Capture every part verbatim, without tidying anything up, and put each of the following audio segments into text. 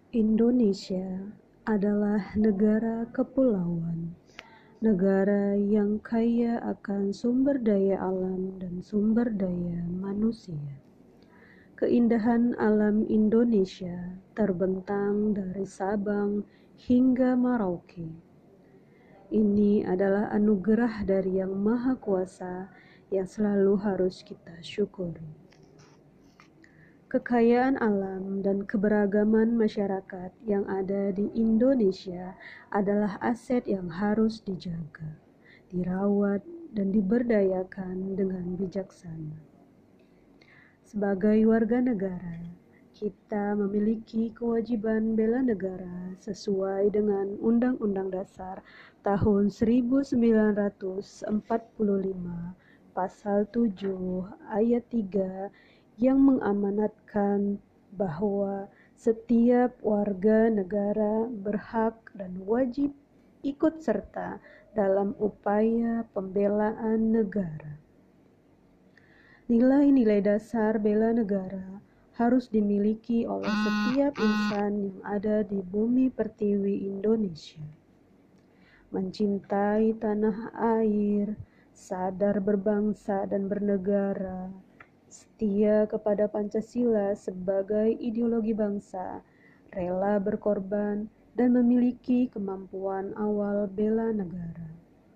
Indonesia adalah negara kepulauan, negara yang kaya akan sumber daya alam dan sumber daya manusia. Keindahan alam Indonesia terbentang dari Sabang hingga Merauke. Ini adalah anugerah dari Yang Maha Kuasa yang selalu harus kita syukuri. Kekayaan alam dan keberagaman masyarakat yang ada di Indonesia adalah aset yang harus dijaga, dirawat, dan diberdayakan dengan bijaksana. Sebagai warga negara, kita memiliki kewajiban bela negara sesuai dengan Undang-Undang Dasar tahun seribu sembilan ratus empat puluh lima, Pasal tujuh ayat tiga yang mengamanatkan bahwa setiap warga negara berhak dan wajib ikut serta dalam upaya pembelaan negara. Nilai-nilai dasar bela negara harus dimiliki oleh setiap insan yang ada di bumi pertiwi Indonesia. Mencintai tanah air, sadar berbangsa dan bernegara, setia kepada Pancasila sebagai ideologi bangsa, rela berkorban, dan memiliki kemampuan awal bela negara.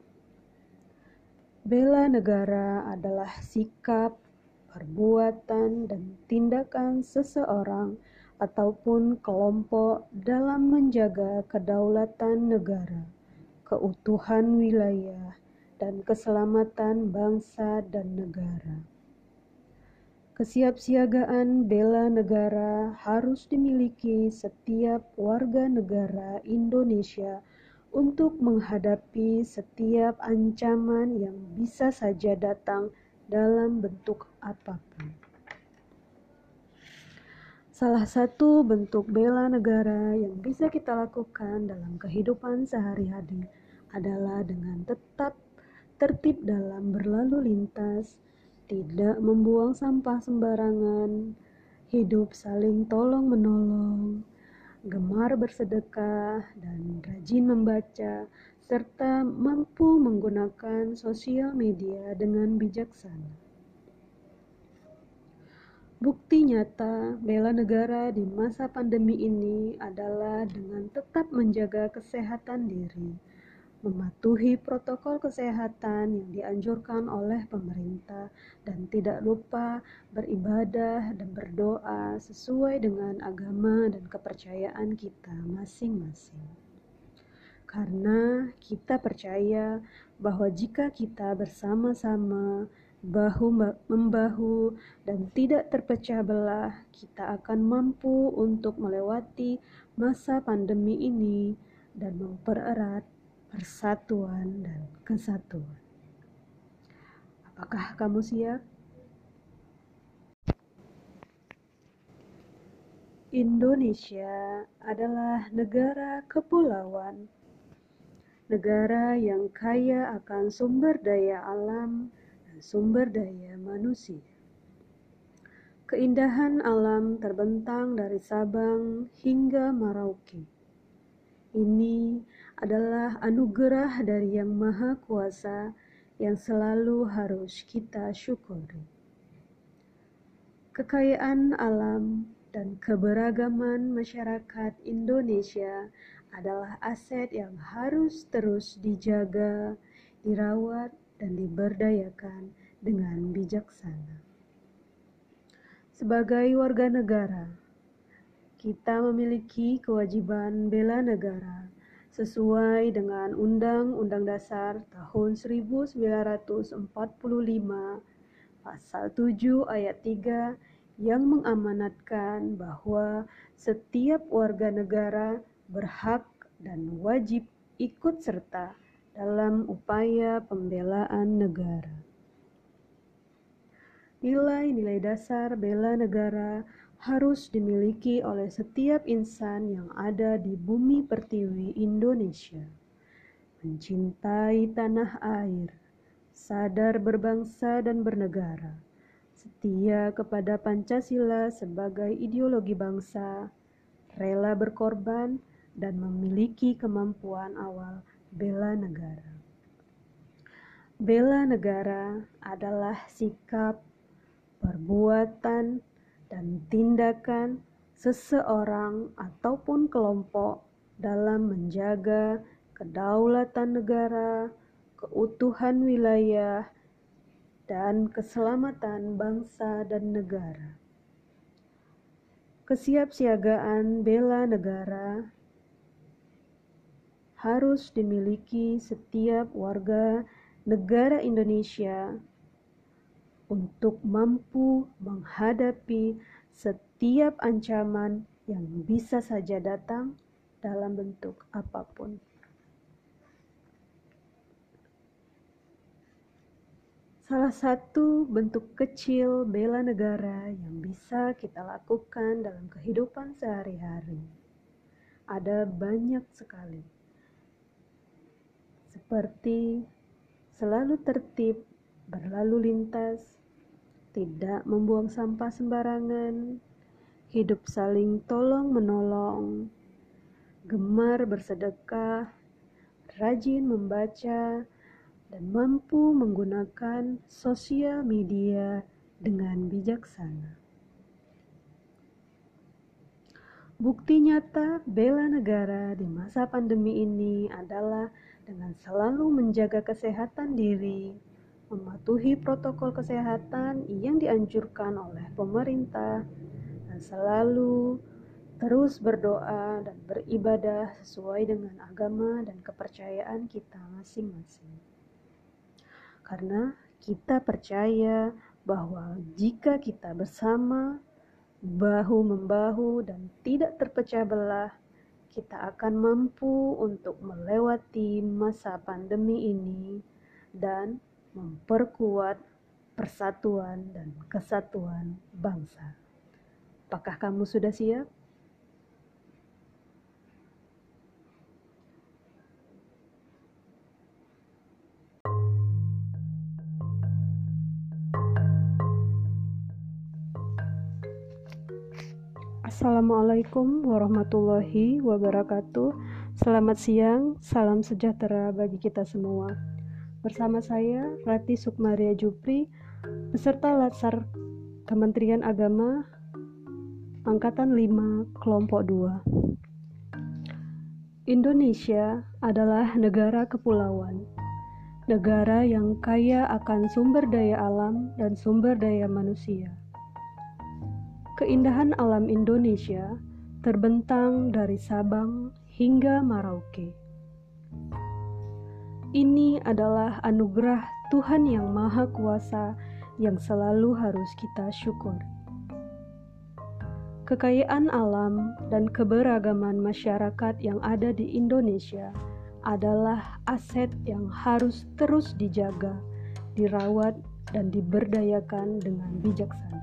Bela negara adalah sikap, perbuatan, dan tindakan seseorang ataupun kelompok dalam menjaga kedaulatan negara, keutuhan wilayah, dan keselamatan bangsa dan negara. Kesiapsiagaan bela negara harus dimiliki setiap warga negara Indonesia untuk menghadapi setiap ancaman yang bisa saja datang dalam bentuk apapun. Salah satu bentuk bela negara yang bisa kita lakukan dalam kehidupan sehari-hari adalah dengan tetap tertib dalam berlalu lintas, tidak membuang sampah sembarangan, hidup saling tolong-menolong, gemar bersedekah, dan rajin membaca, serta mampu menggunakan sosial media dengan bijaksana. Bukti nyata bela negara di masa pandemi ini adalah dengan tetap menjaga kesehatan diri, mematuhi protokol kesehatan yang dianjurkan oleh pemerintah, dan tidak lupa beribadah dan berdoa sesuai dengan agama dan kepercayaan kita masing-masing. Karena kita percaya bahwa jika kita bersama-sama, bahu-membahu, dan tidak terpecah belah, kita akan mampu untuk melewati masa pandemi ini dan mempererat persatuan dan kesatuan. Apakah kamu siap? Indonesia adalah negara kepulauan, negara yang kaya akan sumber daya alam dan sumber daya manusia. Keindahan alam terbentang dari Sabang hingga Merauke. Ini adalah anugerah dari Yang Maha Kuasa yang selalu harus kita syukuri. Kekayaan alam dan keberagaman masyarakat Indonesia adalah aset yang harus terus dijaga, dirawat, dan diberdayakan dengan bijaksana. Sebagai warga negara, kita memiliki kewajiban bela negara sesuai dengan Undang-Undang Dasar tahun seribu sembilan ratus empat puluh lima, Pasal tujuh ayat tiga yang mengamanatkan bahwa setiap warga negara berhak dan wajib ikut serta dalam upaya pembelaan negara. Nilai-nilai dasar bela negara harus dimiliki oleh setiap insan yang ada di bumi pertiwi Indonesia. Mencintai tanah air, sadar berbangsa dan bernegara, setia kepada Pancasila sebagai ideologi bangsa, rela berkorban, dan memiliki kemampuan awal bela negara. Bela negara adalah sikap, perbuatan, dan tindakan seseorang ataupun kelompok dalam menjaga kedaulatan negara, keutuhan wilayah, dan keselamatan bangsa dan negara. Kesiapsiagaan bela negara harus dimiliki setiap warga negara Indonesia untuk mampu menghadapi setiap ancaman yang bisa saja datang dalam bentuk apapun. Salah satu bentuk kecil bela negara yang bisa kita lakukan dalam kehidupan sehari-hari ada banyak sekali, seperti selalu tertib berlalu lintas, tidak membuang sampah sembarangan, hidup saling tolong-menolong, gemar bersedekah, rajin membaca, dan mampu menggunakan sosial media dengan bijaksana. Bukti nyata bela negara di masa pandemi ini adalah dengan selalu menjaga kesehatan diri, mematuhi protokol kesehatan yang dianjurkan oleh pemerintah, dan selalu terus berdoa dan beribadah sesuai dengan agama dan kepercayaan kita masing-masing. Karena kita percaya bahwa jika kita bersama, bahu-membahu dan tidak terpecah belah, kita akan mampu untuk melewati masa pandemi ini dan memperkuat persatuan dan kesatuan bangsa. Apakah kamu sudah siap? Assalamualaikum warahmatullahi wabarakatuh. Selamat siang, salam sejahtera bagi kita semua. Bersama saya Rati Sukmaria Jupri, peserta Latsar Kementerian Agama Angkatan lima Kelompok dua. Indonesia adalah negara kepulauan, negara yang kaya akan sumber daya alam dan sumber daya manusia. Keindahan alam Indonesia terbentang dari Sabang hingga Merauke. Ini adalah anugerah Tuhan yang Maha Kuasa yang selalu harus kita syukuri. Kekayaan alam dan keberagaman masyarakat yang ada di Indonesia adalah aset yang harus terus dijaga, dirawat, dan diberdayakan dengan bijaksana.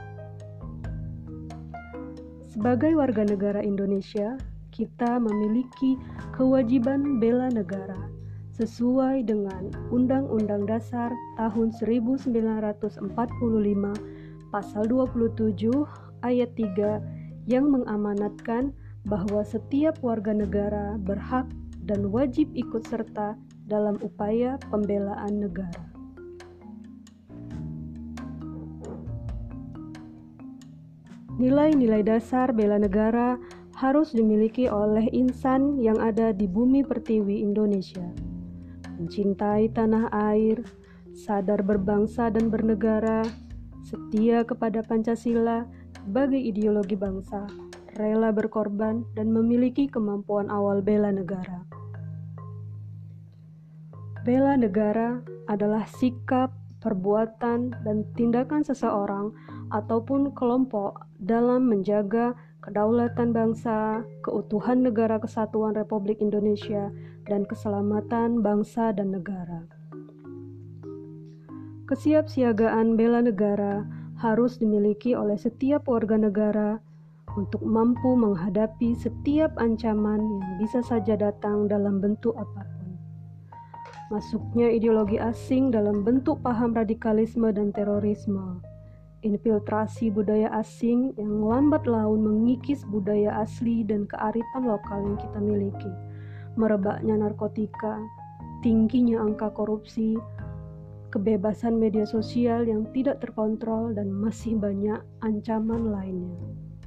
Sebagai warga negara Indonesia, kita memiliki kewajiban bela negara sesuai dengan Undang-Undang Dasar tahun seribu sembilan ratus empat puluh lima Pasal dua puluh tujuh Ayat tiga yang mengamanatkan bahwa setiap warga negara berhak dan wajib ikut serta dalam upaya pembelaan negara. Nilai-nilai dasar bela negara harus dimiliki oleh insan yang ada di bumi pertiwi Indonesia. Mencintai tanah air, sadar berbangsa dan bernegara, setia kepada Pancasila sebagai ideologi bangsa, rela berkorban, dan memiliki kemampuan awal bela negara. Bela negara adalah sikap, perbuatan, dan tindakan seseorang ataupun kelompok dalam menjaga kedaulatan bangsa, keutuhan negara kesatuan Republik Indonesia, dan keselamatan bangsa dan negara. Kesiapsiagaan bela negara harus dimiliki oleh setiap warga negara untuk mampu menghadapi setiap ancaman yang bisa saja datang dalam bentuk apapun. Masuknya ideologi asing dalam bentuk paham radikalisme dan terorisme, infiltrasi budaya asing yang lambat laun mengikis budaya asli dan kearifan lokal yang kita miliki, merebaknya narkotika, tingginya angka korupsi, kebebasan media sosial yang tidak terkontrol, dan masih banyak ancaman lainnya.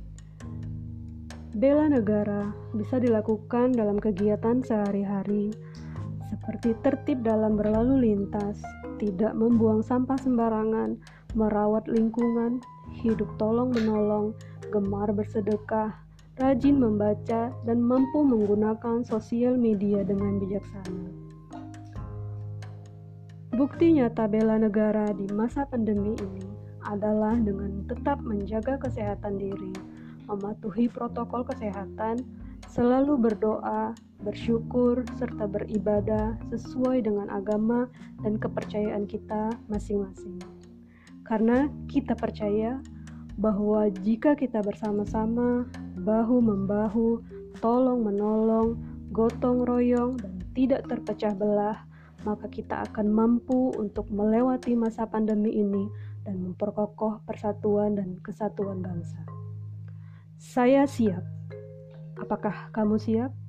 Bela negara bisa dilakukan dalam kegiatan sehari-hari, seperti tertib dalam berlalu lintas, tidak membuang sampah sembarangan, merawat lingkungan, hidup tolong-menolong, gemar bersedekah, rajin membaca, dan mampu menggunakan sosial media dengan bijaksana. Bukti nyata bela negara di masa pandemi ini adalah dengan tetap menjaga kesehatan diri, mematuhi protokol kesehatan, selalu berdoa, bersyukur, serta beribadah sesuai dengan agama dan kepercayaan kita masing-masing. Karena kita percaya bahwa jika kita bersama-sama, bahu-membahu, tolong-menolong, gotong royong, dan tidak terpecah belah, maka kita akan mampu untuk melewati masa pandemi ini dan memperkokoh persatuan dan kesatuan bangsa. Saya siap. Apakah kamu siap?